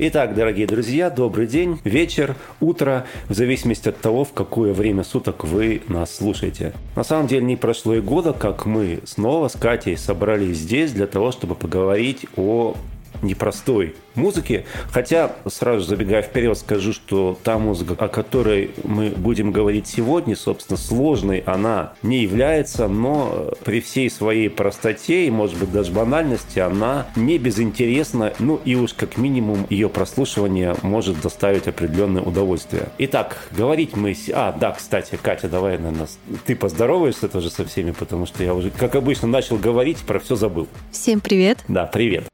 Итак, дорогие друзья, добрый день, вечер, утро, в зависимости от того, в какое время суток вы нас слушаете. На самом деле не прошло и года, как мы снова с Катей собрались здесь для того, чтобы поговорить о непростой музыки. Хотя, сразу забегая вперед, скажу, что та музыка, о которой мы будем говорить сегодня, собственно, сложной она не является, но при всей своей простоте и, может быть, даже банальности, она не безинтересна, ну и уж как минимум ее прослушивание может доставить определенное удовольствие. Итак, говорить мы... да, кстати, Катя, давай, наверное, ты поздороваешься тоже со всеми, потому что я уже, как обычно, начал говорить, про все забыл. Всем привет. Да, привет.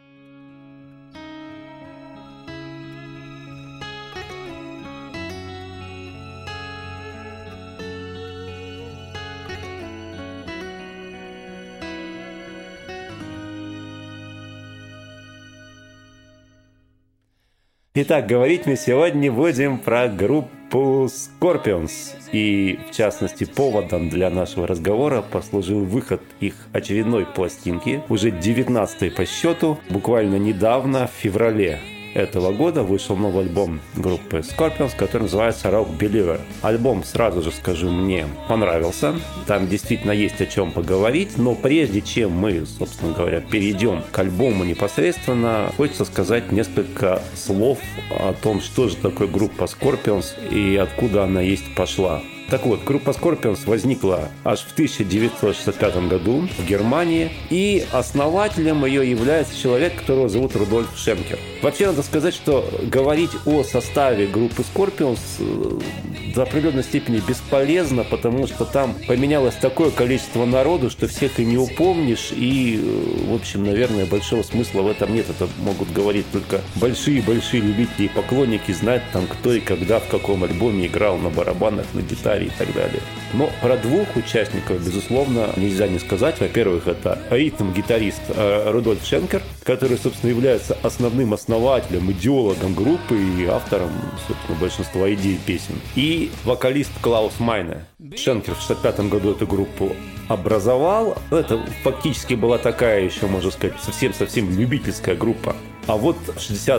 Итак, говорить мы сегодня будем про группу Scorpions. И, в частности, поводом для нашего разговора послужил выход их очередной пластинки, уже 19-й по счету, буквально недавно, в феврале этого года вышел новый альбом группы Scorpions, который называется Rock Believer. Альбом, сразу же скажу, мне понравился. Там действительно есть о чем поговорить, но прежде чем мы, собственно говоря, перейдем к альбому непосредственно, хочется сказать несколько слов о том, что же такое группа Scorpions и откуда она есть пошла. Так вот, группа Scorpions возникла аж в 1965 году в Германии, и основателем ее является человек, которого зовут Рудольф Шенкер. Вообще, надо сказать, что говорить о составе группы Scorpions до определенной степени бесполезно, потому что там поменялось такое количество народу, что всех и не упомнишь, и, в общем, наверное, большого смысла в этом нет. Это могут говорить только большие-большие любители и поклонники, знать там, кто и когда, в каком альбоме играл на барабанах, на гитаре и так далее. Но про двух участников, безусловно, нельзя не сказать. Во-первых, это ритм-гитарист Рудольф Шенкер, который, собственно, является основным основателем, идеологом группы и автором, собственно, большинства идей песен. И вокалист Клаус Майне. Шенкер в 1965 году эту группу образовал. Это фактически была такая еще, можно сказать, совсем любительская группа. А вот в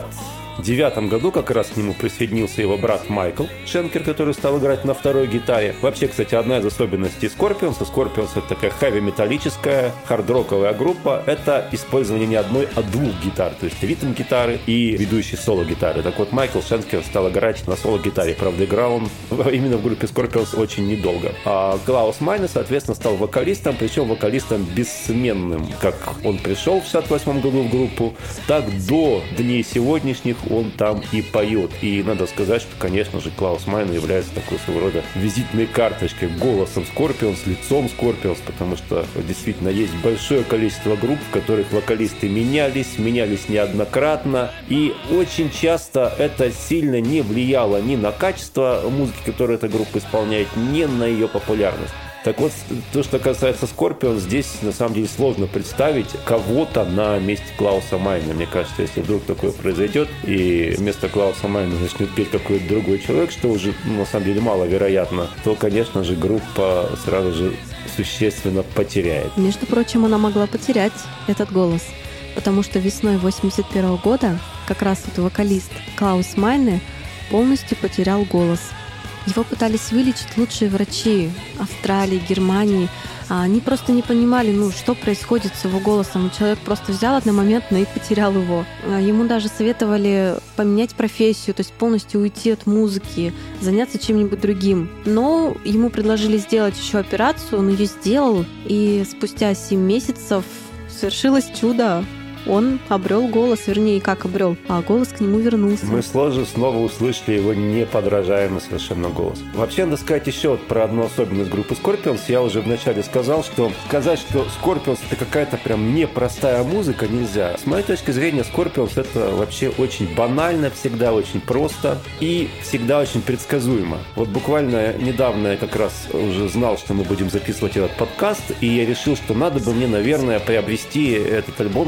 1969 году как раз к нему присоединился его брат Майкл Шенкер, который стал играть на второй гитаре. Вообще, кстати, одна из особенностей Scorpions. Scorpions — это такая хэви-металлическая, хард-роковая группа. Это использование не одной, а двух гитар. То есть ритм-гитары и ведущей соло-гитары. Так вот, Майкл Шенкер стал играть на соло-гитаре. Правда, играл он именно в группе Scorpions очень недолго. А Клаус Майне, соответственно, стал вокалистом, причем вокалистом бессменным. Как он пришел в 1968 году в группу, так до дней сегодняшних он там и поет. И надо сказать, что, конечно же, Клаус Майне является такой своего рода визитной карточкой, голосом Scorpions, лицом Scorpions, потому что действительно есть большое количество групп, в которых вокалисты менялись неоднократно, и очень часто это сильно не влияло ни на качество музыки, которую эта группа исполняет, ни на ее популярность. Так вот, то, что касается Scorpions, здесь на самом деле сложно представить кого-то на месте Клауса Майне. Мне кажется, если вдруг такое произойдет, и вместо Клауса Майне начнет петь какой-то другой человек, что уже на самом деле маловероятно, то, конечно же, группа сразу же существенно потеряет. Между прочим, она могла потерять этот голос, потому что весной 1981 года как раз вот вокалист Клаус Майне полностью потерял голос. Его пытались вылечить лучшие врачи Австралии, Германии. Они просто не понимали, что происходит с его голосом. Человек просто взял одномоментно и потерял его. Ему даже советовали поменять профессию, то есть полностью уйти от музыки, заняться чем-нибудь другим. Но ему предложили сделать еще операцию, он ее сделал, и спустя 7 месяцев свершилось чудо. Он обрел голос, вернее, как обрел, а голос к нему вернулся. Мы снова услышали его неподражаемый совершенно голос. Вообще, надо сказать еще про одну особенность группы Scorpions. Я уже вначале сказал, что сказать, что Scorpions — это какая-то прям непростая музыка, нельзя. С моей точки зрения, Scorpions — это вообще очень банально, всегда очень просто и всегда очень предсказуемо. Вот буквально недавно я как раз уже знал, что мы будем записывать этот подкаст, и я решил, что надо бы мне, наверное, приобрести этот альбом, если получится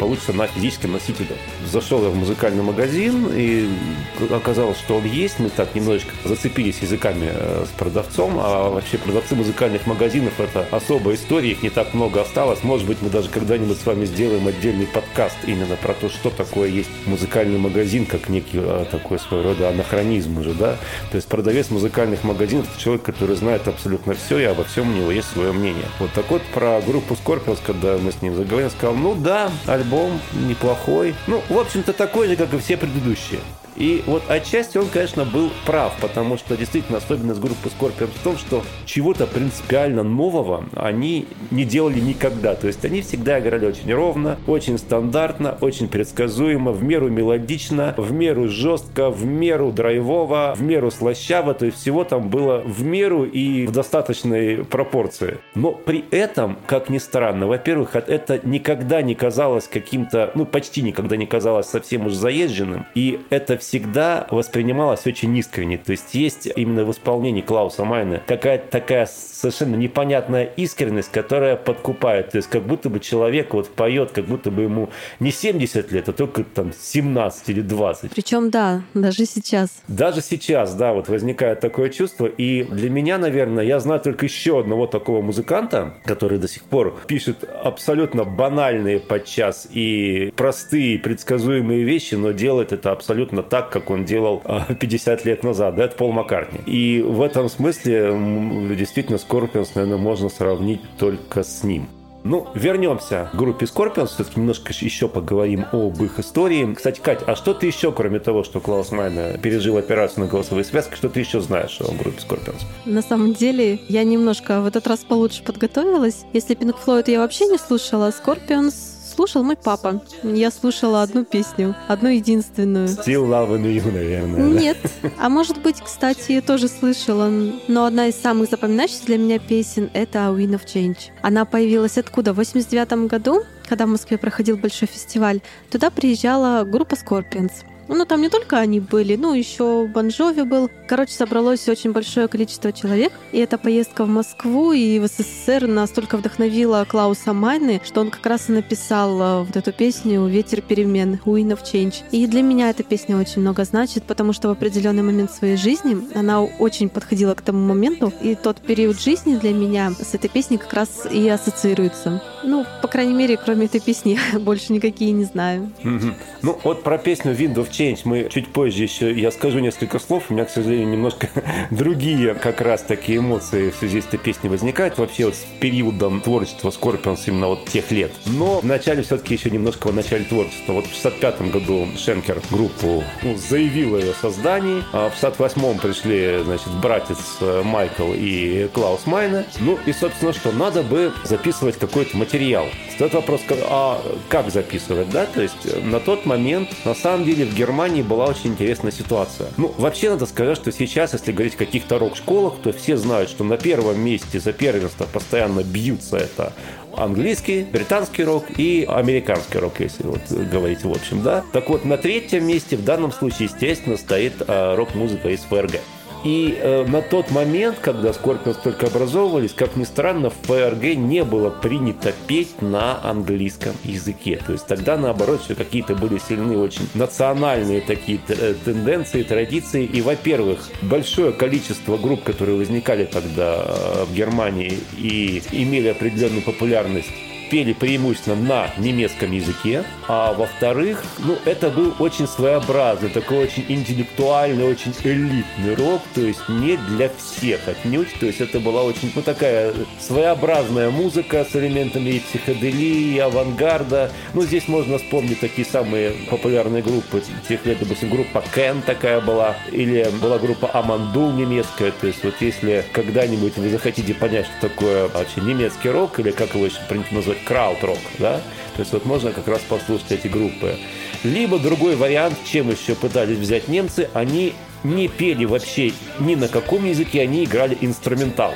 получится на физическом носителе. Зашел я в музыкальный магазин, и оказалось, что он есть. Мы так немножечко зацепились языками с продавцом, а вообще продавцы музыкальных магазинов — это особая история, их не так много осталось. Может быть, мы даже когда-нибудь с вами сделаем отдельный подкаст именно про то, что такое есть музыкальный магазин, как некий такой своего рода анахронизм уже, да. То есть продавец музыкальных магазинов — это человек, который знает абсолютно все, и обо всем у него есть свое мнение. Вот так вот про группу Scorpions, когда мы с ним заговорили, сказал, ну да, альбом неплохой. Ну, в общем-то, такой же, как и все предыдущие. И вот отчасти он, конечно, был прав, потому что действительно особенность группы Scorpions в том, что чего-то принципиально нового они не делали никогда. То есть они всегда играли очень ровно, очень стандартно, очень предсказуемо, в меру мелодично, в меру жестко, в меру драйвово, в меру слащаво. То есть всего там было в меру и в достаточной пропорции. Но при этом, как ни странно, во-первых, это никогда не казалось каким-то, ну почти никогда не казалось совсем уж заезженным. И это всегда воспринималось очень искренне. То есть именно в исполнении Клауса Майне какая-то такая совершенно непонятная искренность, которая подкупает. То есть как будто бы человек вот поет, как будто бы ему не 70 лет, а только там 17 или 20. Причем да, даже сейчас. Даже сейчас, да, вот возникает такое чувство. И для меня, наверное, я знаю только еще одного такого музыканта, который до сих пор пишет абсолютно банальные подчас и простые, предсказуемые вещи, но делает это абсолютно так, как он делал 50 лет назад. Да, это Пол Маккартни. И в этом смысле действительно Scorpions, наверное, можно сравнить только с ним. Ну, вернемся к группе Scorpions, все-таки немножко еще поговорим об их истории. Кстати, Кать, а что ты еще, кроме того, что Клаус Майне пережил операцию на голосовые связки, что ты еще знаешь о группе Scorpions? На самом деле, я немножко в этот раз получше подготовилась. Если Pink Floyd я вообще не слушала, Scorpions слушал мой папа. Я слушала одну песню, одну единственную. Still Loving You, наверное. Нет. Да? А может быть, кстати, тоже слышала. Но одна из самых запоминающихся для меня песен — это Wind of Change. Она появилась откуда? В 89 году, когда в Москве проходил большой фестиваль, туда приезжала группа Scorpions. Ну, там не только они были, еще Бон Джови был. Короче, собралось очень большое количество человек. И эта поездка в Москву и в СССР настолько вдохновила Клауса Майне, что он как раз и написал вот эту песню «Ветер перемен», «Wind of Change». И для меня эта песня очень много значит, потому что в определенный момент своей жизни она очень подходила к тому моменту. И тот период жизни для меня с этой песней как раз и ассоциируется. По крайней мере, кроме этой песни, больше никакие не знаю. Ну, вот про песню «Wind of Change» мы чуть позже еще, я скажу несколько слов. У меня, к сожалению, немножко другие как раз такие эмоции в связи с этой песней возникают. Вообще вот с периодом творчества Scorpions именно вот тех лет. Но вначале все-таки еще немножко в начале творчества. Вот в 65 году Шенкер группу заявил о ее создании. А в 68-м пришли, братец Майкл и Клаус Майне. И, собственно, что надо бы записывать какой-то материал. Стоит вопрос, а как записывать, да? То есть на тот момент, на самом деле, в Германии была очень интересная ситуация. Вообще надо сказать, что сейчас, если говорить о каких-то рок-школах, то все знают, что на первом месте за первенство постоянно бьются это английский, британский рок и американский рок, если вот говорить в общем, да. Так вот, на третьем месте в данном случае, естественно, стоит рок-музыка из ФРГ. И на тот момент, когда Scorpions только образовывались, как ни странно, в ФРГ не было принято петь на английском языке. То есть тогда, наоборот, что какие-то были сильные очень национальные такие тенденции, традиции. И, во-первых, большое количество групп, которые возникали тогда в Германии и имели определенную популярность, пели преимущественно на немецком языке, а во-вторых, это был очень своеобразный, такой очень интеллектуальный, очень элитный рок, то есть не для всех отнюдь, то есть это была очень, такая своеобразная музыка с элементами и психоделии, и авангарда. Здесь можно вспомнить такие самые популярные группы тех лет, допустим, группа Кен такая была, или была группа Амандул немецкая, то есть вот если когда-нибудь вы захотите понять, что такое вообще немецкий рок, или как его еще принято назвать, крауд-рок, да? То есть вот можно как раз послушать эти группы. Либо другой вариант, чем еще пытались взять немцы, они не пели вообще ни на каком языке, они играли инструментал.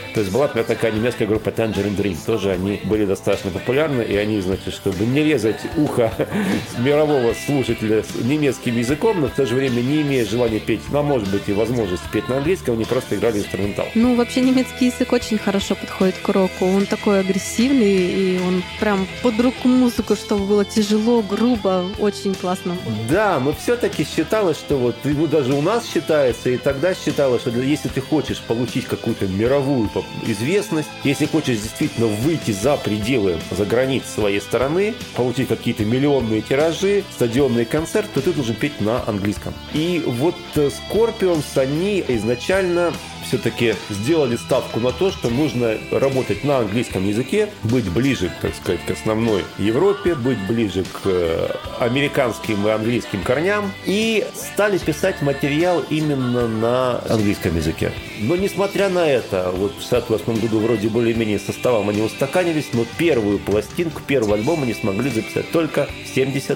То есть была такая немецкая группа Tangerine Dream. Тоже они были достаточно популярны, и они, значит, чтобы не резать ухо мирового слушателя с немецким языком, но в то же время не имея желания петь, ну, а может быть и возможности петь на английском, они просто играли инструментал. Ну, вообще немецкий язык очень хорошо подходит к року. Он такой агрессивный, и он прям под руку музыку, чтобы было тяжело, грубо, очень классно. Да, но все-таки считалось, что вот, ну, даже у нас считается, и тогда считалось, что если ты хочешь получить какую-то мировую известность, если хочешь действительно выйти за пределы, за границы своей страны, получить какие-то миллионные тиражи, стадионные концерты, то ты должен петь на английском. И вот Scorpions, они изначально все-таки сделали ставку на то, что нужно работать на английском языке, быть ближе, так сказать, к основной Европе, быть ближе к американским и английским корням, и стали писать материал именно на английском языке. Но несмотря на это, вот в 1968 году вроде более-менее составом они устаканились, но первую пластинку, первый альбом они смогли записать только в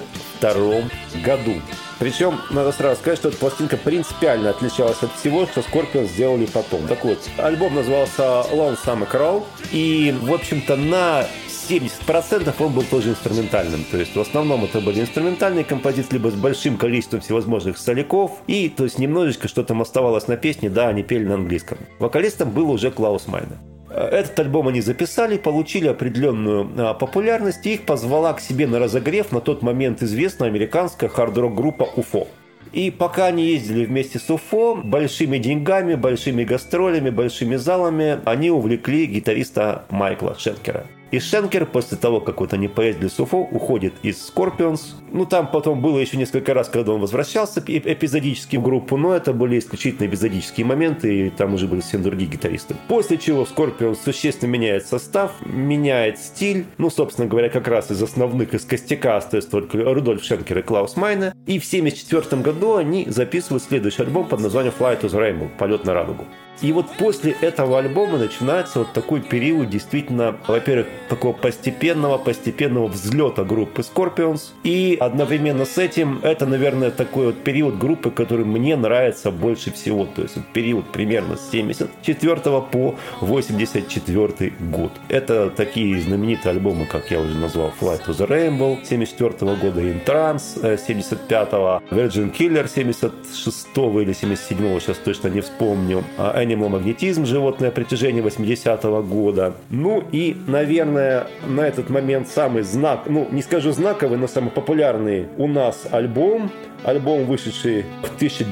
1972 году. Причем, надо сразу сказать, что эта пластинка принципиально отличалась от всего, что Scorpions сделали потом. Так вот, альбом назывался Lone Summer Crawl, и, в общем-то, на 70% он был тоже инструментальным. То есть, в основном это были инструментальные композиции, либо с большим количеством всевозможных соляков, и, то есть, немножечко что там оставалось на песне, да, они пели на английском. Вокалистом был уже Клаус Майне. Этот альбом они записали, получили определенную популярность, и их позвала к себе на разогрев на тот момент известная американская хард-рок группа UFO. И пока они ездили вместе с UFO, большими деньгами, большими гастролями, большими залами, они увлекли гитариста Майкла Шенкера. И Шенкер, после того, как вот они поездили с UFO, уходит из Scorpions. Ну, там потом было еще несколько раз, когда он возвращался эпизодически в группу, но это были исключительно эпизодические моменты, и там уже были совсем другие гитаристы. После чего Scorpions существенно меняет состав, меняет стиль. Ну, собственно говоря, как раз из основных, из костяка остается только Рудольф Шенкер и Клаус Майне. И в 1974 году они записывают следующий альбом под названием Fly to the Rainbow, «Полет на радугу». И вот после этого альбома начинается вот такой период действительно, во-первых, такого постепенного взлета группы Scorpions. И одновременно с этим это, наверное, такой вот период группы, который мне нравится больше всего. То есть период примерно с 74 по 84 год. Это такие знаменитые альбомы, как я уже назвал, Fly to the Rainbow 74 года, In Trance 75-го, Virgin Killer 76-го или 77-го, сейчас точно не вспомню, Animal Magnetism, животное притяжение 80-го года. Ну и, наверное, на этот момент самый не скажу знаковый, но самый популярный у нас альбом, вышедший в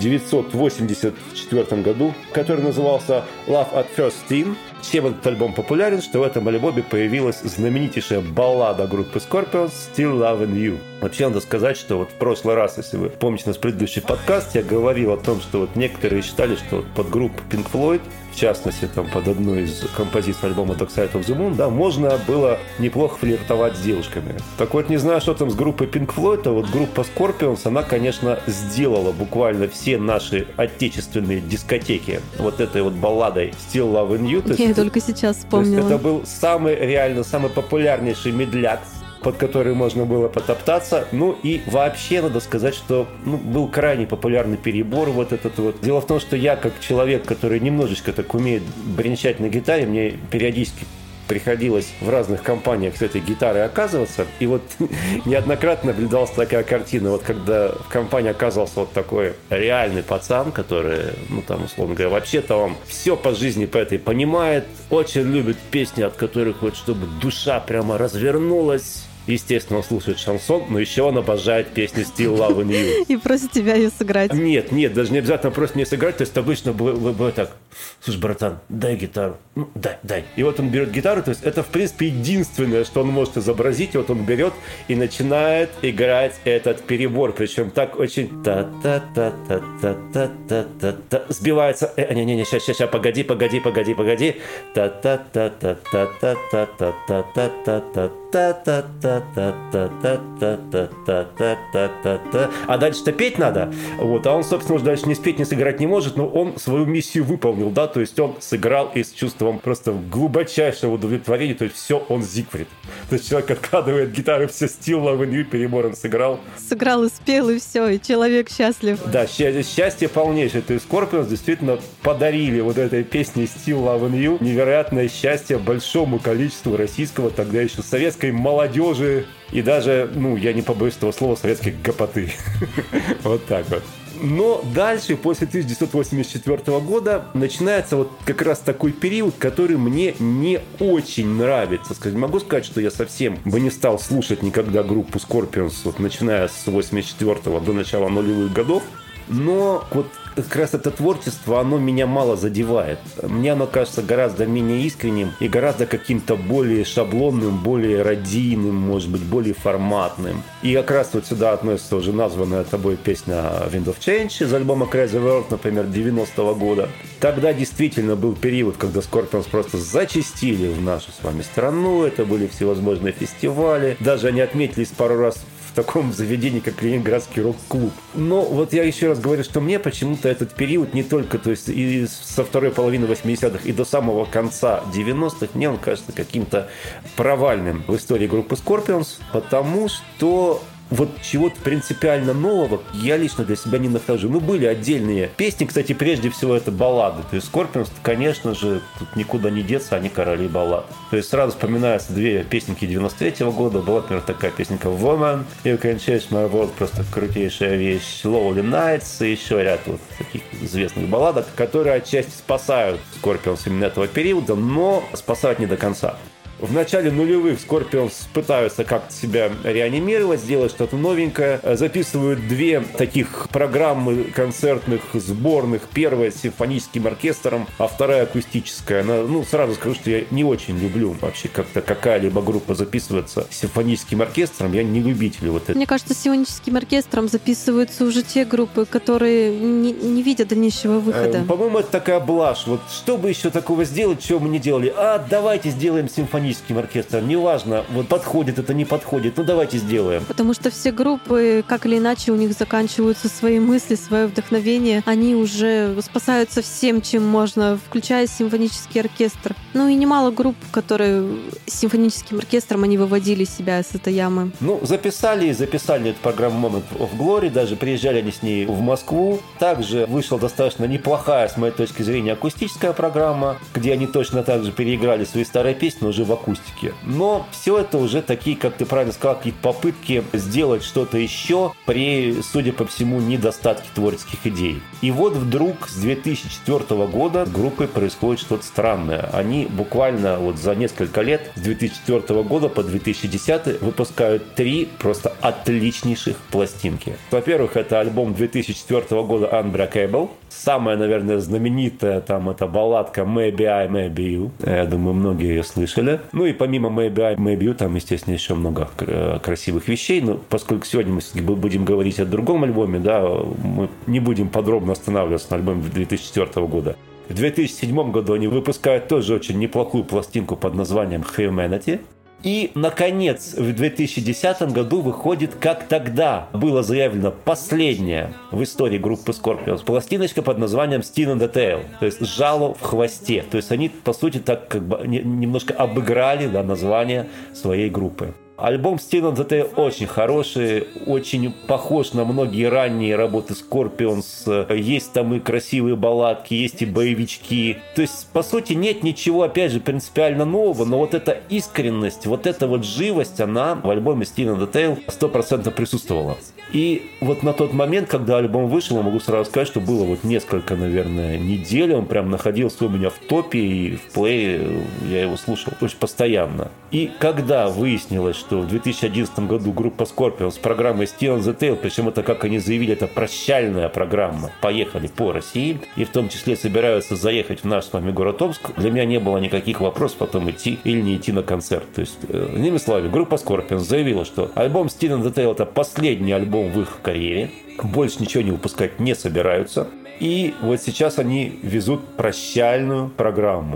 1984 году, который назывался Love at First Steam. Чем этот альбом популярен, что в этом альбоме появилась знаменитейшая баллада группы Scorpions «Still Loving You». Вообще надо сказать, что вот в прошлый раз, если вы помните наш предыдущий подкаст, я говорил о том, что вот некоторые считали, что вот под группу Pink Floyd, в частности, там под одной из композиций альбома Dark Side of the Moon, да, можно было неплохо флиртовать с девушками. Так вот, не знаю, что там с группой Pink Floyd, а вот группа Scorpions, она, конечно, сделала буквально все наши отечественные дискотеки вот этой вот балладой «Still Loving You». Я только сейчас вспомнила. Это был самый популярнейший медляк, под который можно было потоптаться. Ну и вообще надо сказать, что был крайне популярный перебор вот этот вот. Дело в том, что я как человек, который немножечко так умеет бренчать на гитаре, мне периодически приходилось в разных компаниях с этой гитарой оказываться. И вот неоднократно наблюдалась такая картина, вот когда в компании оказывался вот такой реальный пацан, который, там, условно говоря, вообще-то он все по жизни по этой понимает, очень любит песни, от которых вот чтобы душа прямо развернулась. Естественно, он слушает шансон, но еще он обожает песню «Still Loving You». И просит тебя ее сыграть. Нет, даже не обязательно просит меня сыграть. То есть обычно бывает так: слушай, братан, дай гитару. Дай. И вот он берет гитару. То есть это, в принципе, единственное, что он может изобразить. И вот он берет и начинает играть этот перебор. Причем так очень та-та-та-та-та-та-та-та. Сбивается. Не, сейчас, погоди. Та-та-та-та-та-та-та-та-та-та-та-та. та-та-та-та-та-та-та-та-та-та-та. А дальше-то петь надо. Вот. А он, собственно, уже дальше не спеть, не сыграть не может, но он свою миссию выполнил, да, то есть он сыграл и с чувством просто глубочайшего удовлетворения, то есть все, он Зигфрид. То есть человек откладывает гитару, все Still Lovin' You перебором сыграл. Сыграл и спел, и все, и человек счастлив. Да, счастье полнейшее. То есть Scorpions действительно подарили вот этой песне Still Lovin' You невероятное счастье большому количеству российского, тогда еще советской молодежи и даже, я не побоюсь этого слова, советской гопоты. Вот так вот. Но дальше, после 1984 года, начинается вот как раз такой период, который мне не очень нравится. Могу сказать, что я совсем бы не стал слушать никогда группу Scorpions, вот, начиная с 84 до начала нулевых годов. Но вот как раз это творчество, оно меня мало задевает. Мне оно кажется гораздо менее искренним и гораздо каким-то более шаблонным, более радийным, может быть, более форматным. И как раз вот сюда относится уже названная тобой песня Wind of Change из альбома Crazy World, например, 90-го года. Тогда действительно был период, когда Scorpions просто зачастили в нашу с вами страну. Это были всевозможные фестивали. Даже они отметились пару раз в таком заведении, как Ленинградский рок-клуб. Но вот я еще раз говорю, что мне почему-то этот период не только, то есть и со второй половины 80-х и до самого конца 90-х, мне он кажется каким-то провальным в истории группы Scorpions, потому что вот чего-то принципиально нового я лично для себя не нахожу. Были отдельные песни, кстати, прежде всего это баллады. То есть Scorpions, конечно же, тут никуда не деться, они короли баллад. То есть сразу вспоминаются две песенки 93-го года. Была, например, такая песенка Woman, You Can Change My World, просто крутейшая вещь, Lonely Nights и еще ряд вот таких известных балладок, которые отчасти спасают Scorpions именно этого периода, но спасают не до конца. В начале нулевых Scorpions пытаются как-то себя реанимировать, сделать что-то новенькое. Записывают две таких программы концертных, сборных. Первая с симфоническим оркестром, а вторая акустическая. Сразу скажу, что я не очень люблю вообще как-то какая-либо группа записываться с симфоническим оркестром. Я не любитель вот этого. Мне кажется, с симфоническим оркестром записываются уже те группы, которые не видят дальнейшего выхода. По-моему, это такая блажь. Вот что бы еще такого сделать, чего мы не делали? Давайте сделаем симфонический оркестром, неважно, вот подходит это, не подходит, давайте сделаем. Потому что все группы, как или иначе, у них заканчиваются свои мысли, свое вдохновение, они уже спасаются всем, чем можно, включая симфонический оркестр. И немало групп, которые с симфоническим оркестром, они выводили себя из этой ямы. Записали эту программу Moment of Glory, даже приезжали они с ней в Москву. Также вышла достаточно неплохая, с моей точки зрения, акустическая программа, где они точно так же переиграли свои старые песни, но уже в акустике. Но все это уже такие, как ты правильно сказал, какие-то попытки сделать что-то еще при, судя по всему, недостатке творческих идей. И вот вдруг с 2004 года с группой происходит что-то странное. Они буквально вот за несколько лет, с 2004 года по 2010 выпускают 3 просто отличнейших пластинки. Во-первых, это альбом 2004 года Unbreakable. Самая, наверное, знаменитая там эта балладка Maybe I, Maybe You. Я думаю, многие ее слышали. И помимо Maybe I, Maybe You, там, естественно, еще много красивых вещей. Но поскольку сегодня мы будем говорить о другом альбоме, мы не будем подробно останавливаться на альбоме 2004 года. В 2007 году они выпускают тоже очень неплохую пластинку под названием Humanity. И, наконец, в 2010 году выходит, как тогда было заявлено, последняя в истории группы Scorpions пластиночка под названием Sting in the Tail, то есть «Жало в хвосте». То есть они, по сути, так как бы немножко обыграли название своей группы. Альбом Sting in the Tail очень хороший, очень похож на многие ранние работы Scorpions. Есть там и красивые балладки, есть и боевички. То есть, по сути, нет ничего, опять же, принципиально нового, но вот эта искренность, вот эта вот живость, она в альбоме Sting in the Tail 100% присутствовала. И вот на тот момент, когда альбом вышел, я могу сразу сказать, что было вот несколько, наверное, недель, он прям находился у меня в топе, и в плее я его слушал очень постоянно. И когда выяснилось, что в 2011 году группа Scorpions с программой Sting in the Tail, причем это, как они заявили, это прощальная программа, поехали по России, и в том числе собираются заехать в наш с вами город Омск, для меня не было никаких вопросов потом идти или не идти на концерт. То есть, иными словами, группа Scorpions заявила, что альбом Sting in the Tail это последний альбом в их карьере, больше ничего не выпускать не собираются, и вот сейчас они везут прощальную программу.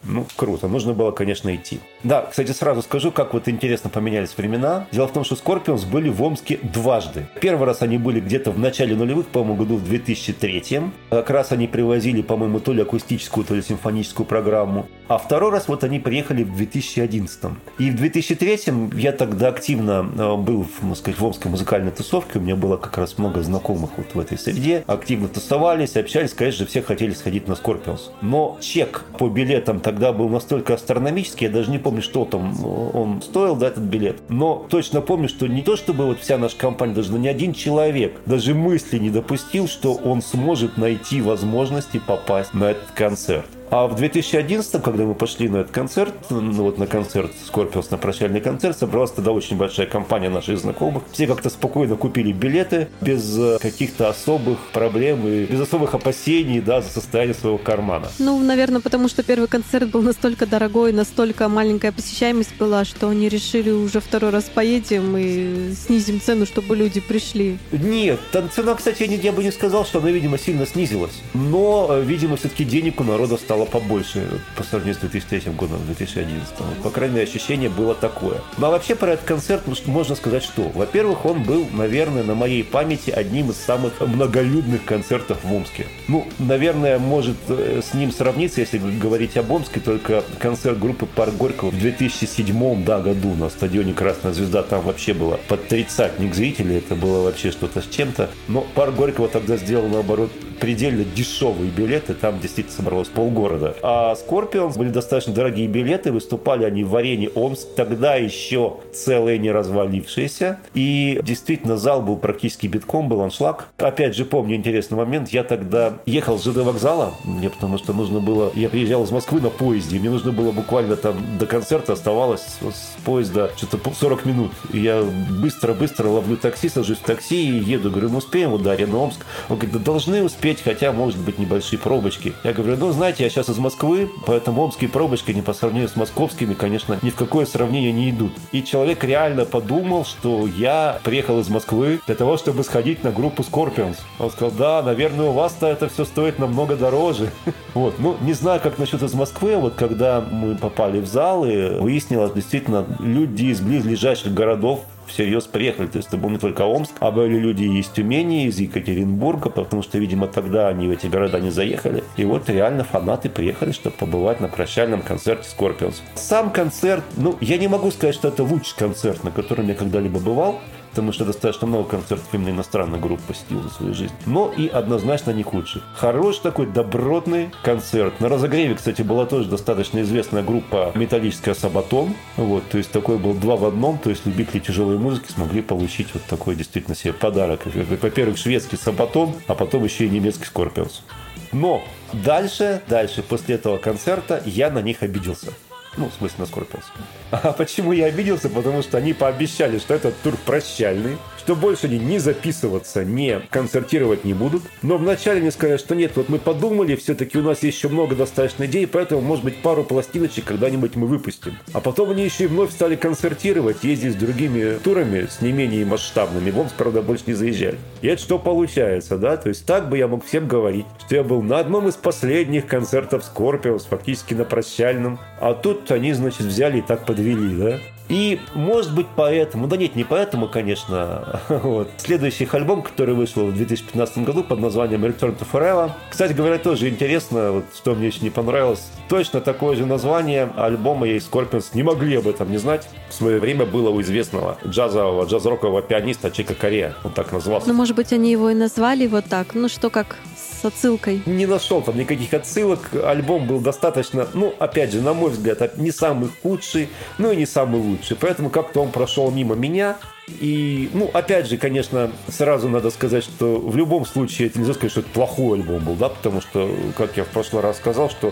Ну, круто. Нужно было, конечно, идти. Да, кстати, сразу скажу, как вот интересно поменялись времена. Дело в том, что Scorpions были в Омске дважды. Первый раз они были где-то в начале нулевых, по-моему, году в 2003-м. Как раз они привозили, по-моему, то ли акустическую, то ли симфоническую программу. А второй раз вот они приехали в 2011-м. И в 2003-м я тогда активно был, можно сказать, в омской музыкальной тусовке. У меня было как раз много знакомых вот в этой среде. Активно тусовались, общались. Конечно же, все хотели сходить на Scorpions. Но чек по билетам тогда был настолько астрономический, я даже не помню, что там он стоил, да, этот билет. Но точно помню, что не то, чтобы вот вся наша компания, даже ни один человек даже мысли не допустил, что он сможет найти возможности попасть на этот концерт. А в 2011, когда мы пошли на этот концерт, вот на концерт Scorpions, на прощальный концерт, собралась тогда очень большая компания наших знакомых. Все как-то спокойно купили билеты, без каких-то особых проблем и без особых опасений, да, за состояние своего кармана. Ну, наверное, потому что первый концерт был настолько дорогой, настолько маленькая посещаемость была, что они решили уже второй раз поедем и снизим цену, чтобы люди пришли. Нет, цена, кстати, я бы не сказал, что она, видимо, сильно снизилась. Но, видимо, все-таки денег у народа стало побольше по сравнению с 2003 годом, 2011. По крайней мере, ощущение было такое. Ну, а вообще про этот концерт можно сказать, что, во-первых, он был, наверное, на моей памяти одним из самых многолюдных концертов в Омске. Ну, наверное, может с ним сравниться, если говорить об Омске, только концерт группы «Парк Горького» в 2007 году на стадионе «Красная звезда». Там вообще было под тридцатник зрителей, это было вообще что-то с чем-то. Но «Парк Горького» тогда сделал, наоборот, предельно дешевые билеты, там действительно собралось полгорода. А Scorpions были достаточно дорогие билеты, выступали они в арене Омск, тогда еще целые не развалившиеся, и действительно зал был практически битком, был аншлаг. Опять же, помню интересный момент, я тогда ехал с ЖД вокзала, мне потому что нужно было, я приезжал из Москвы на поезде, мне нужно было буквально там до концерта оставалось с поезда что-то 40 минут. И я быстро-быстро ловлю такси, сажусь в такси и еду, говорю, мы успеем, вот до арены Омск. Он говорит, да должны успеть, хотя, может быть, небольшие пробочки. Я говорю, ну, знаете, я сейчас из Москвы, поэтому омские пробочки не по сравнению с московскими, конечно, ни в какое сравнение не идут. И человек реально подумал, что я приехал из Москвы для того, чтобы сходить на группу Scorpions. Он сказал, да, наверное, у вас-то это все стоит намного дороже. Вот, ну, не знаю, как насчет из Москвы, вот когда мы попали в зал, и выяснилось, действительно, люди из близлежащих городов всерьез приехали. То есть это был не только Омск, а были люди из Тюмени, из Екатеринбурга, потому что, видимо, тогда они в эти города не заехали. И вот реально фанаты приехали, чтобы побывать на прощальном концерте Scorpions. Сам концерт, ну, я не могу сказать, что это лучший концерт, на котором я когда-либо бывал, потому что достаточно много концертов именно иностранных групп посетил за свою жизнь. Но и однозначно не худший. Хороший такой добротный концерт. На разогреве, кстати, была тоже достаточно известная группа металлическая Sabaton. Вот, то есть такой был 2 в 1, то есть любители тяжелой музыки смогли получить вот такой действительно себе подарок. Во-первых, шведский Sabaton, а потом еще и немецкий Scorpions. Но дальше, после этого концерта я на них обиделся. Ну, в смысле, на Scorpions. А почему я обиделся? Потому что они пообещали, что этот тур прощальный, что больше они не записываться, не концертировать не будут. Но вначале мне сказали, что нет, вот мы подумали, все-таки у нас есть еще много достаточно идей, поэтому, может быть, пару пластиночек когда-нибудь мы выпустим. А потом они еще и вновь стали концертировать, ездить с другими турами, с не менее масштабными. В Омск, правда, больше не заезжали. И это что получается, да? То есть так бы я мог всем говорить, что я был на одном из последних концертов Scorpions, фактически на прощальном. А тут они, значит, взяли и так подвели, да? И, может быть, поэтому, да нет, не поэтому, конечно, вот. Следующий их альбом, который вышел в 2015 году под названием Return to Forever. Кстати говоря, тоже интересно, вот что мне еще не понравилось, точно такое же название альбома и Scorpions не могли об этом не знать. В свое время было у известного джаз-рокового пианиста Чика Корея, он так назывался. Ну, может быть, они его и назвали вот так, ну что как... с отсылкой. Не нашел там никаких отсылок. Альбом был достаточно, ну, опять же, на мой взгляд, не самый худший, но и не самый лучший. Поэтому как-то он прошел мимо меня. И, ну, опять же, конечно, сразу надо сказать, что в любом случае это нельзя сказать, что это плохой альбом был, да, потому что, как я в прошлый раз сказал, что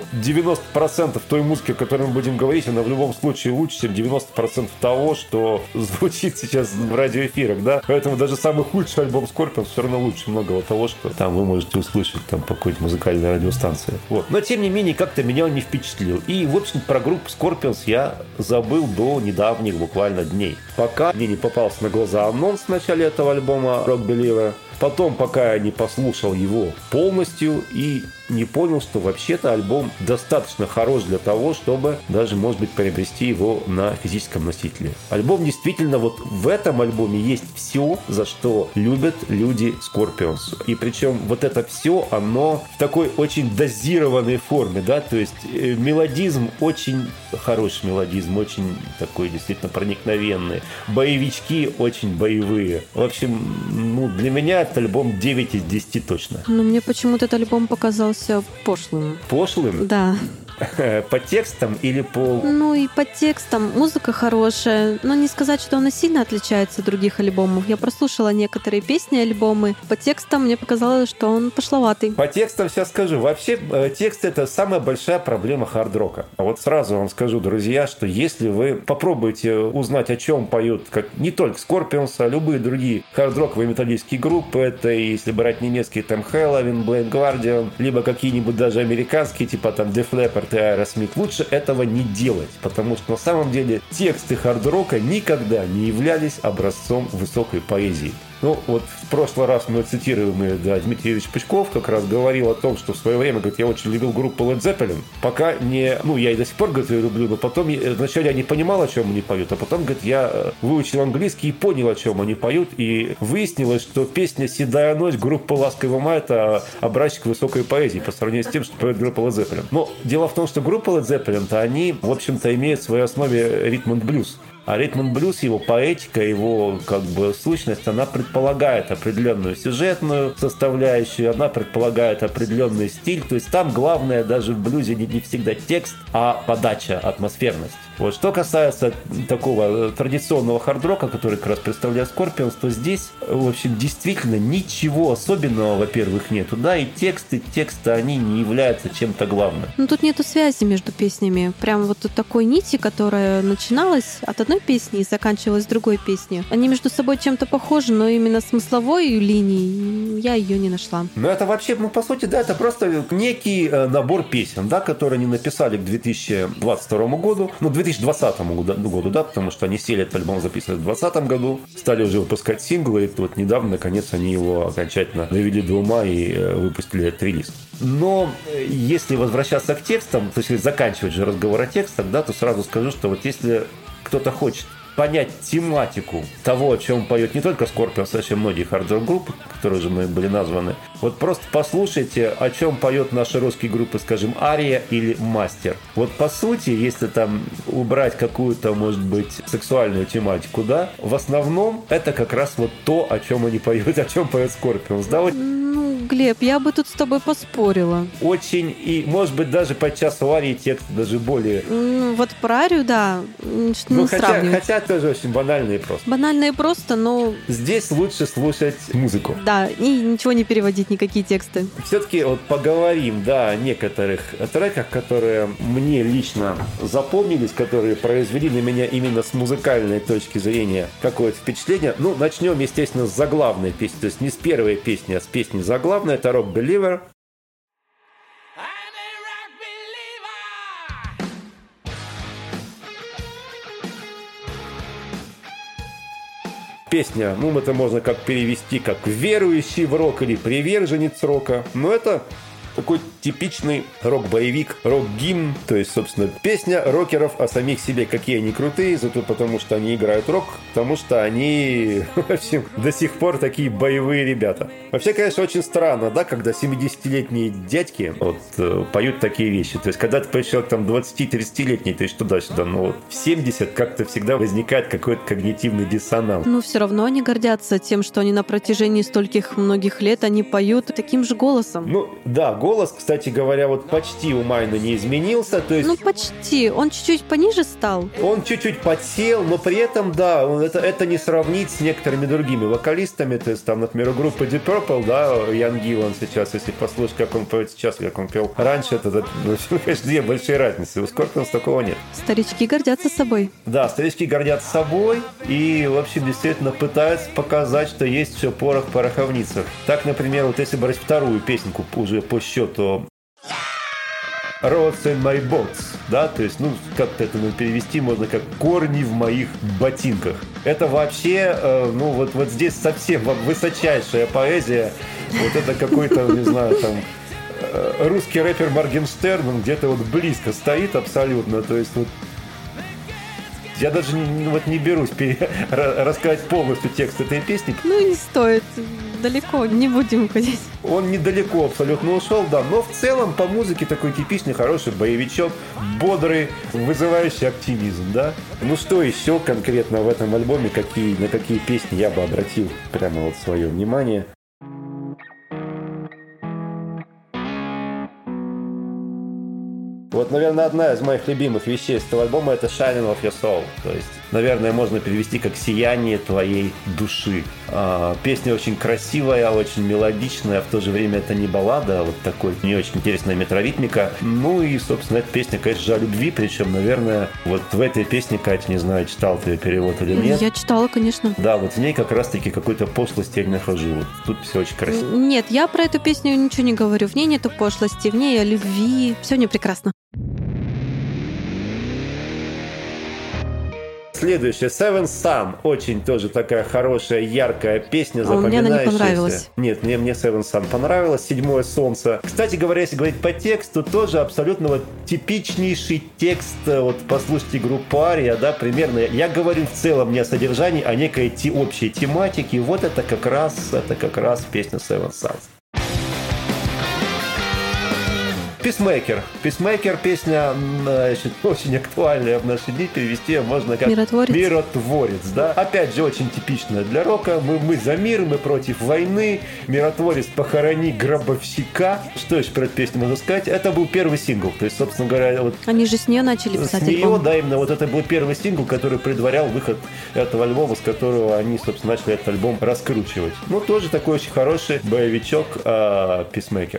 90% той музыки, о которой мы будем говорить, она в любом случае лучше, чем 90% того, что звучит сейчас в радиоэфирах, да. Поэтому даже самый худший альбом Scorpions все равно лучше многого того, что там вы можете услышать там по какой-то музыкальной радиостанции. Вот. Но, тем не менее, как-то меня он не впечатлил. И, в общем, про группу Scorpions я забыл до недавних буквально дней. Пока мне не попался на глаза анонс в начале этого альбома Rock Believer. Потом, пока я не послушал его полностью, и не понял, что вообще-то альбом достаточно хорош для того, чтобы даже, может быть, приобрести его на физическом носителе. Альбом действительно, вот в этом альбоме есть все, за что любят люди Scorpions. И причем вот это все, оно в такой очень дозированной форме, да, то есть мелодизм очень хороший мелодизм, очень такой действительно проникновенный. Боевички очень боевые. В общем, ну, для меня этот альбом 9 из 10 точно. Но мне почему-то этот альбом показался пошлым. Пошлым? Да. По текстам или по... Ну и по текстам. Музыка хорошая, но не сказать, что она сильно отличается от других альбомов. Я прослушала некоторые песни альбомы. По текстам мне показалось, что он пошловатый. По текстам сейчас скажу. Вообще, текст — это самая большая проблема хард-рока. А вот сразу вам скажу, друзья, что если вы попробуете узнать, о чем поют как не только Scorpions, а любые другие хард-роковые металлические группы, это если брать немецкие, там Helloween, Blind Guardian, либо какие-нибудь даже американские, типа там Def Leppard и Aerosmith, лучше этого не делать, потому что на самом деле тексты хард-рока никогда не являлись образцом высокой поэзии. Ну, вот в прошлый раз мы цитируемый Дмитрий Юрьевич Пучков как раз говорил о том, что в свое время, говорит, я очень любил группу Led Zeppelin, пока не... Ну, я и до сих пор, говорит, ее люблю, но потом вначале я не понимал, о чем они поют, а потом, говорит, я выучил английский и понял, о чем они поют, и выяснилось, что песня «Седая ночь» группы «Ласковый май» — это образчик высокой поэзии по сравнению с тем, что поет группа Led Zeppelin. Но дело в том, что группа Led Zeppelin-то, они, в общем-то, имеют в своей основе ритм-н-блюз. А ритм-н-блюз, его поэтика, его как бы сущность, она предполагает определенную сюжетную составляющую, она предполагает определенный стиль. То есть там главное даже в блюзе не всегда текст, а подача, атмосферность. Вот. Что касается такого традиционного хард-рока, который как раз представляет Scorpions, то здесь, в общем, действительно ничего особенного, во-первых, нету. Да, и тексты, они не являются чем-то главным. Ну, тут нету связи между песнями. Прям вот такой нити, которая начиналась от одной песни и заканчивалась другой песней. Они между собой чем-то похожи, но именно смысловой линии я ее не нашла. Ну, это вообще, ну, по сути, да, это просто некий набор песен, да, которые они написали к 2022 году, ну, 2020 году, да, потому что они сели этот альбом записывать в 2020 году, стали уже выпускать синглы, и вот недавно, наконец, они его окончательно довели до ума и выпустили этот релиз. Но если возвращаться к текстам, то есть заканчивать же разговор о текстах, да, то сразу скажу, что вот если кто-то хочет понять тематику того, о чем поет не только Scorpions, а еще многие хард-рок группы, которые уже мной были названы. Вот просто послушайте, о чем поют наши русские группы, скажем, Ария или Мастер. Вот по сути, если там убрать какую-то, может быть, сексуальную тематику, да, в основном это как раз вот то, о чем они поют, о чем поет Scorpions, да, вот. Глеб, я бы тут с тобой поспорила. Очень, и, может быть, даже подчас у Арии текст даже более... Вот про Арию, да, не сравнивать. Хотя тоже очень банально и просто. Банально и просто, но... Здесь лучше слушать музыку. Да, и ничего не переводить, никакие тексты. Все-таки вот поговорим, да, о некоторых треках, которые мне лично запомнились, которые произвели на меня именно с музыкальной точки зрения какое-то впечатление. Ну, начнем, естественно, с заглавной песни. То есть не с первой песни, а с песни заглавной. Это Rock Believer. Песня, ну, это можно как перевести как «верующий в рок» или «приверженец рока». Но это такой типичный рок-боевик, рок-гимн, то есть, собственно, песня рокеров о самих себе, какие они крутые, зато потому что они играют рок, потому что они, в общем, до сих пор такие боевые ребята. Вообще, конечно, очень странно, да, когда 70-летние дядьки вот, поют такие вещи. То есть, когда ты поешь человек там 20-30-летний, то есть туда-сюда, но вот в 70 как-то всегда возникает какой-то когнитивный диссонанс. Но все равно они гордятся тем, что они на протяжении стольких многих лет они поют таким же голосом. Ну, да, голос, кстати говоря, вот почти у Майна не изменился. То есть... Ну, почти. Он чуть-чуть пониже стал. Он чуть-чуть подсел, но при этом, да, это не сравнить с некоторыми другими вокалистами. То есть, там, например, у группы Deep Purple, да, Ян Гиллан сейчас, если послушать, как он поет сейчас, как он пел раньше, это, конечно, две большие разницы. У Scorpions такого нет. Старички гордятся собой. Да, старички гордятся собой и, в общем, действительно пытаются показать, что есть все порох в пороховницах. Так, например, вот если брать вторую песенку уже по счету Roads in my boats, да, то есть, ну, как-то это перевести можно как «корни в моих ботинках». Это вообще, ну, вот здесь совсем высочайшая поэзия, вот это какой-то, не знаю, там, русский рэпер Моргенштерн, он где-то вот близко стоит абсолютно, то есть вот я даже не берусь рассказать полностью текст этой песни. Ну и не стоит, далеко не будем уходить. Он недалеко абсолютно ушел, да, но в целом по музыке такой типичный хороший боевичок, бодрый, вызывающий оптимизм, да. Ну что еще конкретно в этом альбоме, на какие песни я бы обратил прямо вот свое внимание? Вот, наверное, одна из моих любимых вещей с этого альбома — это «Shining of Your Soul». То есть, наверное, можно перевести как «Сияние твоей души». Песня очень красивая, очень мелодичная, в то же время это не баллада, а вот такой не очень интересная метроритмика. Ну и, собственно, эта песня, конечно же, о любви, причем, наверное, вот в этой песне, Катя, не знаю, читал ты перевод или нет. Я читала, конечно. Да, вот в ней как раз-таки какой-то пошлости я не нахожу. Вот тут все очень красиво. Нет, я про эту песню ничего не говорю. В ней нету пошлости, в ней о любви. Все не прекрасно. Следующая Seven Sun. Очень тоже такая хорошая, яркая песня, запоминающаяся. Мне она не понравилась. Нет, мне Seven Sun понравилось. «Седьмое солнце». Кстати говоря, если говорить по тексту, тоже абсолютно вот типичнейший текст. Вот послушайте группу Ария, да, примерно. Я говорю в целом не о содержании, а некой общей тематике. Вот это как раз песня Seven Suns. Peacemaker, песня, значит, очень актуальная в наши дни, перевести можно как «Миротворец», да. Опять же, очень типичная для рока. Мы за мир, мы против войны. «Миротворец, похорони гробовщика». Что еще про эту песню можно сказать? Это был первый сингл. То есть, собственно говоря, вот они же с нее начали писать альбом. С нее, да, именно вот это был первый сингл, который предварял выход этого альбома, с которого они, собственно, начали этот альбом раскручивать. Ну, тоже такой очень хороший боевичок Peacemaker.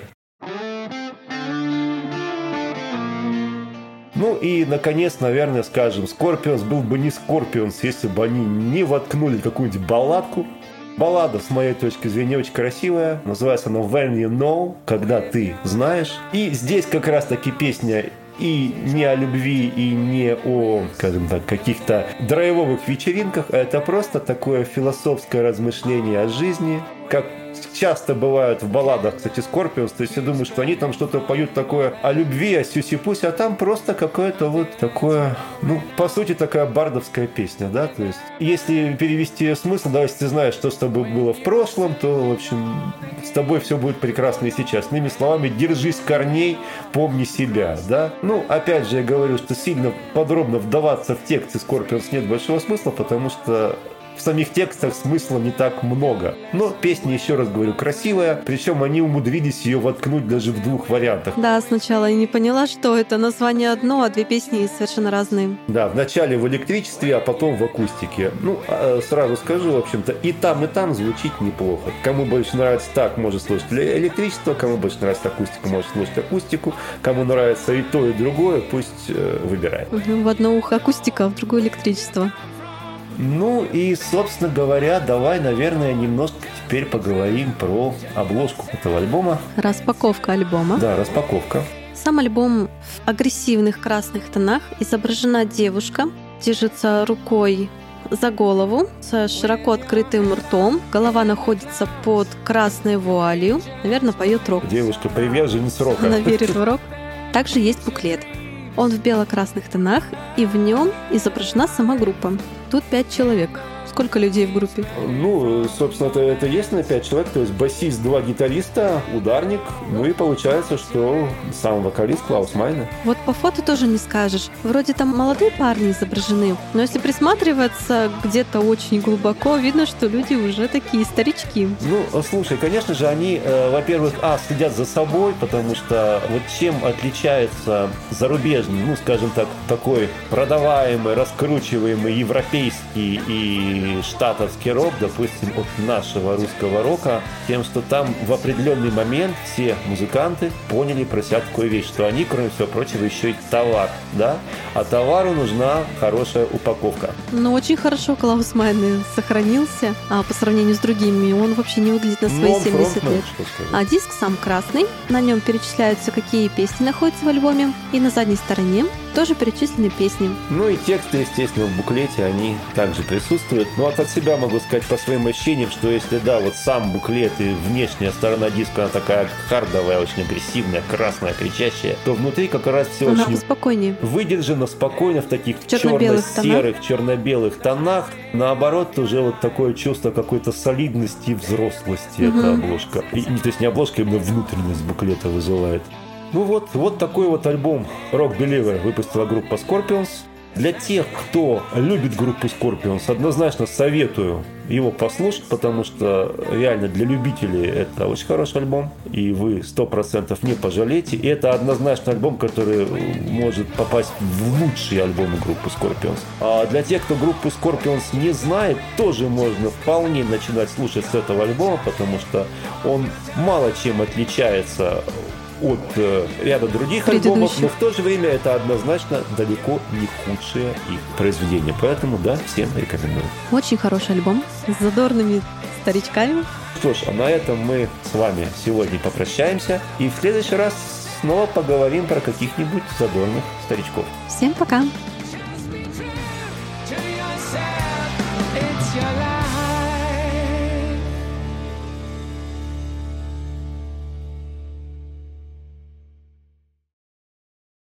Ну и, наконец, наверное, скажем, Scorpions был бы не Scorpions, если бы они не воткнули какую-нибудь балладку. Баллада, с моей точки зрения, очень красивая. Называется она «When You Know», «Когда ты знаешь». И здесь как раз-таки песня и не о любви, и не о, скажем так, каких-то драйвовых вечеринках, а это просто такое философское размышление о жизни, как часто бывают в балладах, кстати, Scorpions. То есть я думаю, что они там что-то поют такое о любви, о сюси-пуси, а там просто какое-то вот такое, ну, по сути, такая бардовская песня, да, то есть если перевести ее смысл, да, если ты знаешь, что с тобой было в прошлом, то, в общем, с тобой все будет прекрасно и сейчас. Иными словами, держись корней, помни себя, да. Ну, опять же, я говорю, что сильно подробно вдаваться в тексты Scorpions нет большого смысла, потому что в самих текстах смысла не так много. Но песня, еще раз говорю, красивая. Причем они умудрились ее воткнуть даже в двух вариантах. Да, сначала я не поняла, что это название одно, а две песни совершенно разные. Да, вначале в электричестве, а потом в акустике. Ну, сразу скажу, в общем-то, и там звучит неплохо. Кому больше нравится так, может слушать электричество, кому больше нравится акустика, может слушать акустику. Кому нравится и то, и другое, пусть выбирает. В одно ухо акустика, а в другое электричество. Ну и, собственно говоря, давай, наверное, немножко теперь поговорим про обложку этого альбома. Распаковка альбома. Да, распаковка. Сам альбом в агрессивных красных тонах. Изображена девушка, держится рукой за голову с широко открытым ртом. Голова находится под красной вуалью. Наверное, поет рок. Девушка приверженец рока. Она верит в рок. Также есть буклет. Он в бело-красных тонах, и в нем изображена сама группа. Тут 5 человек. Сколько людей в группе? Ну, собственно, это есть на 5 человек. То есть басист, 2 гитариста, ударник. Ну и получается, что сам вокалист Клаус Майне. Вот по фото тоже не скажешь. Вроде там молодые парни изображены. Но если присматриваться где-то очень глубоко, видно, что люди уже такие старички. Ну, слушай, конечно же, они, во-первых, следят за собой, потому что вот чем отличается зарубежный, ну, скажем так, такой продаваемый, раскручиваемый европейский и штатовский рок, допустим, от нашего русского рока, тем, что там в определенный момент все музыканты поняли про себя такую вещь, что они, кроме всего прочего, еще и товар, да? А товару нужна хорошая упаковка. Но очень хорошо Клаус Майне сохранился, а по сравнению с другими он вообще не выглядит на свои 70 лет. А диск сам красный, на нем перечисляются, какие песни находятся в альбоме, и на задней стороне тоже перечислены песни. Ну и тексты, естественно, в буклете, они также присутствуют. Но от себя могу сказать по своим ощущениям, что если, да, вот сам буклет и внешняя сторона диска, она такая хардовая, очень агрессивная, красная, кричащая, то внутри как раз все Она очень спокойнее. выдержано, спокойно, в таких черно-белых черно-серых, черно-белых тонах. Наоборот, уже вот такое чувство какой-то солидности и взрослости эта обложка. И, то есть не обложка, именно внутренность буклета вызывает. Ну вот такой вот альбом Rock Believer выпустила группа Scorpions. Для тех, кто любит группу Scorpions, однозначно советую его послушать, потому что реально для любителей это очень хороший альбом, и вы 100% не пожалеете. И это однозначно альбом, который может попасть в лучшие альбомы группы Scorpions. А для тех, кто группу Scorpions не знает, тоже можно вполне начинать слушать с этого альбома, потому что он мало чем отличается от ряда других альбомов, но в то же время это однозначно далеко не худшее их произведение. Поэтому, да, всем рекомендую. Очень хороший альбом с задорными старичками. Что ж, а на этом мы с вами сегодня попрощаемся и в следующий раз снова поговорим про каких-нибудь задорных старичков. Всем пока! It's your life.